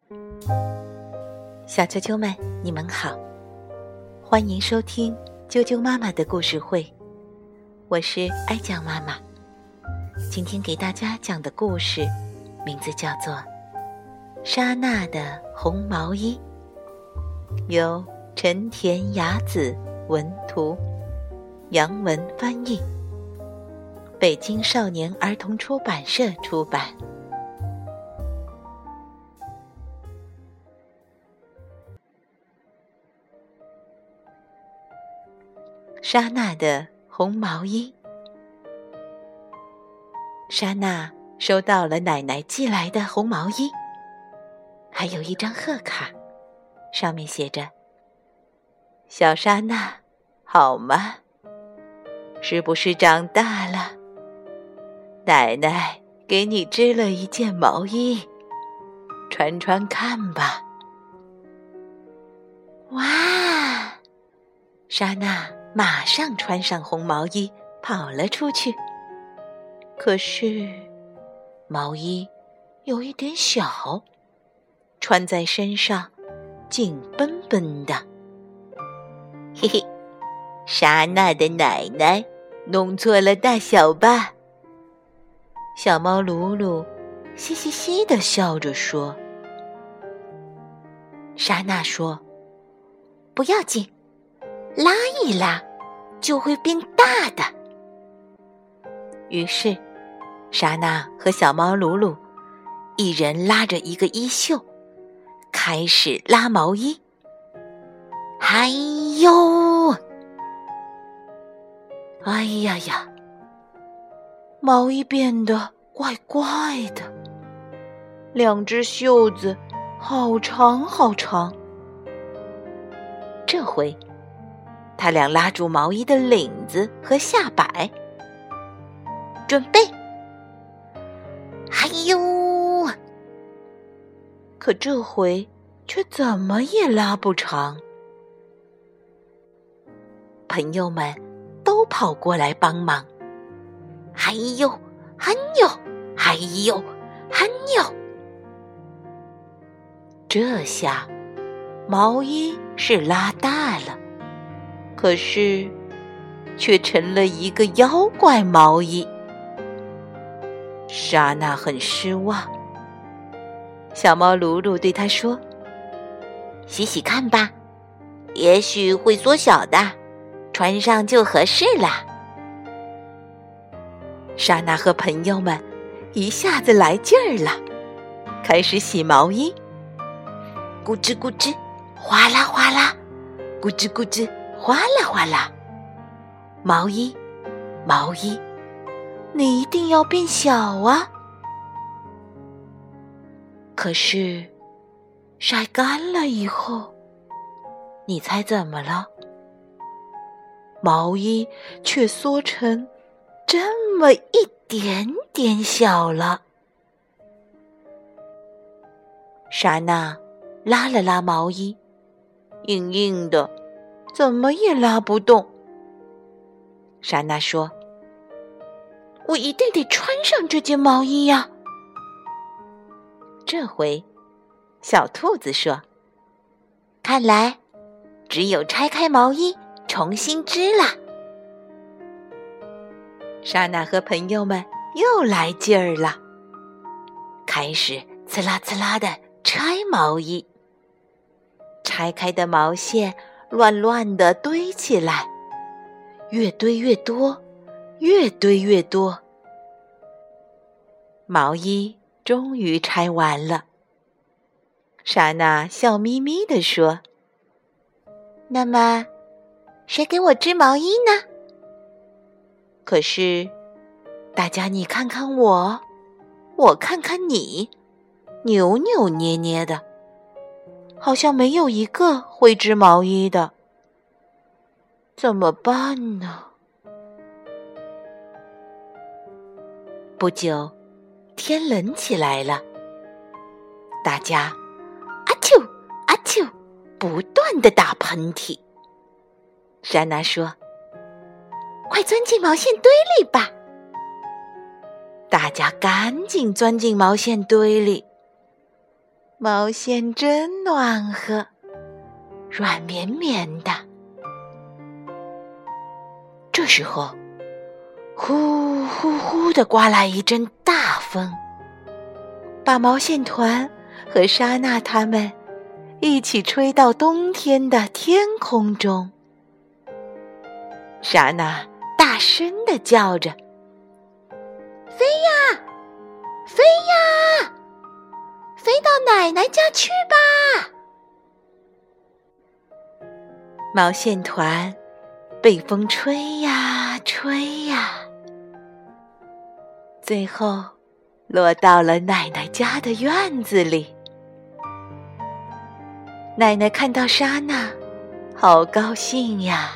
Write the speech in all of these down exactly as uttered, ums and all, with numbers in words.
小啾啾们，你们好，欢迎收听啾啾妈妈的故事会，我是哀酱妈妈。今天给大家讲的故事名字叫做《莎娜的红毛衣》，由陈田雅子文图，杨文翻译，北京少年儿童出版社出版。莎娜的红毛衣。莎娜收到了奶奶寄来的红毛衣，还有一张贺卡，上面写着：小莎娜，好吗？是不是长大了？奶奶给你织了一件毛衣，穿穿看吧。哇！莎娜马上穿上红毛衣，跑了出去。可是，毛衣有一点小，穿在身上紧绷绷的。嘿嘿，莎娜的奶奶弄错了大小吧？小猫鲁鲁嘻嘻嘻地笑着说。莎娜说：不要紧，拉一拉就会变大的。于是莎娜和小猫鲁鲁一人拉着一个衣袖，开始拉毛衣。哎呦！哎呀呀！毛衣变得怪怪的，两只袖子好长好长。这回他俩拉住毛衣的领子和下摆，准备。哎呦！可这回却怎么也拉不长。朋友们都跑过来帮忙。哎呦，哎呦，哎呦，哎呦！这下毛衣是拉大了，可是却成了一个妖怪毛衣。莎娜很失望。小猫鲁鲁对她说：洗洗看吧，也许会缩小的，穿上就合适了。莎娜和朋友们一下子来劲儿了，开始洗毛衣。咕吱咕吱，哗啦哗啦，咕吱咕吱，哗啦哗啦。毛衣，毛衣，你一定要变小啊！可是晒干了以后，你猜怎么了？毛衣却缩成这么一点点小了。莎娜拉了拉毛衣，硬硬的，怎么也拉不动。莎娜说：我一定得穿上这件毛衣呀！这回小兔子说：看来只有拆开毛衣重新织了。莎娜和朋友们又来劲儿了，开始刺啦刺啦地拆毛衣。拆开的毛线乱乱地堆起来，越堆越多，越堆越多。毛衣终于拆完了。莎娜笑眯眯地说：那么谁给我织毛衣呢？可是大家你看看我，我看看你，扭扭捏捏的，好像没有一个会织毛衣的。怎么办呢？不久，天冷起来了，大家啊啾啊啾不断地打喷嚏。莎娜说：快钻进毛线堆里吧。大家赶紧钻进毛线堆里。 毛线真暖和，软绵绵的。这时候，呼呼呼地刮来一阵大风，把毛线团和莎娜他们一起吹到冬天的天空中。莎娜大声地叫着：飞呀，飞呀，飞到奶奶家去吧！毛线团被风吹呀吹呀，最后落到了奶奶家的院子里。奶奶看到莎娜，好高兴呀！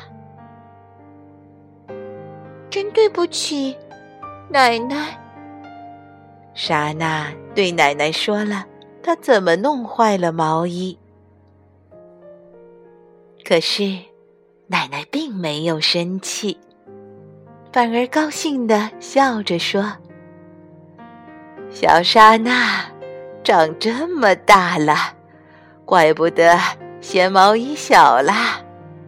真对不起，奶奶。莎娜对奶奶说了她怎么弄坏了毛衣。可是奶奶并没有生气，反而高兴地笑着说：小莎娜长这么大了，怪不得嫌毛衣小啦。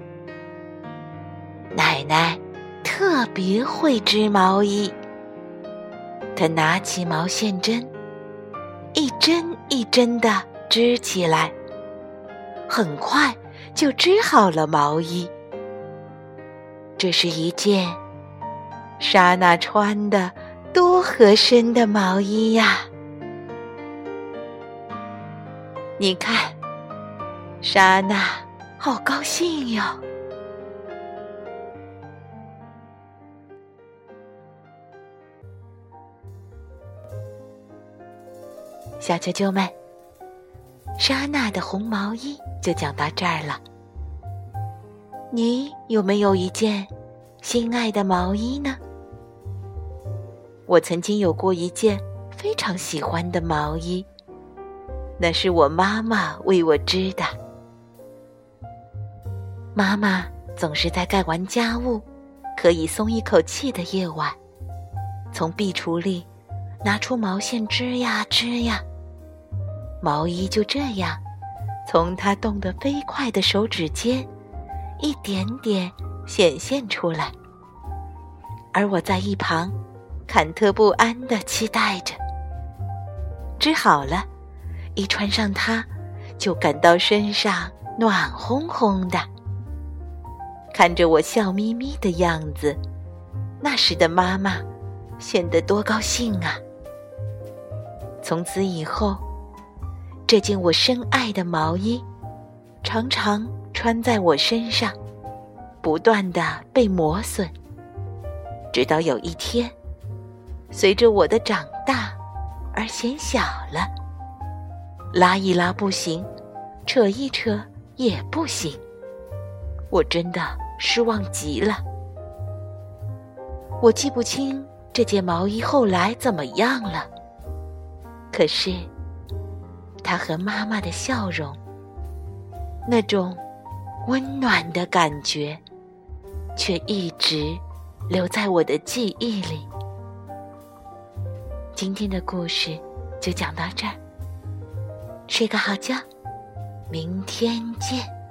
奶奶特别会织毛衣，她拿起毛线针，一针一针地织起来，很快就织好了毛衣。这是一件莎娜穿的多合身的毛衣呀！你看，莎娜好高兴哟。小啾啾们，莎娜的红毛衣就讲到这儿了。你有没有一件心爱的毛衣呢？我曾经有过一件非常喜欢的毛衣，那是我妈妈为我织的。妈妈总是在盖完家务可以松一口气的夜晚，从壁橱里拿出毛线织呀织呀，毛衣就这样从她动得飞快的手指间一点点显现出来。而我在一旁忐忑不安地期待着。织好了，一穿上它，就感到身上暖烘烘的。看着我笑眯眯的样子，那时的妈妈显得多高兴啊！从此以后，这件我深爱的毛衣常常穿在我身上，不断地被磨损，直到有一天，随着我的长大而显小了，拉一拉不行，扯一扯也不行，我真的失望极了。我记不清这件毛衣后来怎么样了，可是它和妈妈的笑容，那种温暖的感觉，却一直留在我的记忆里。今天的故事就讲到这儿，睡个好觉，明天见。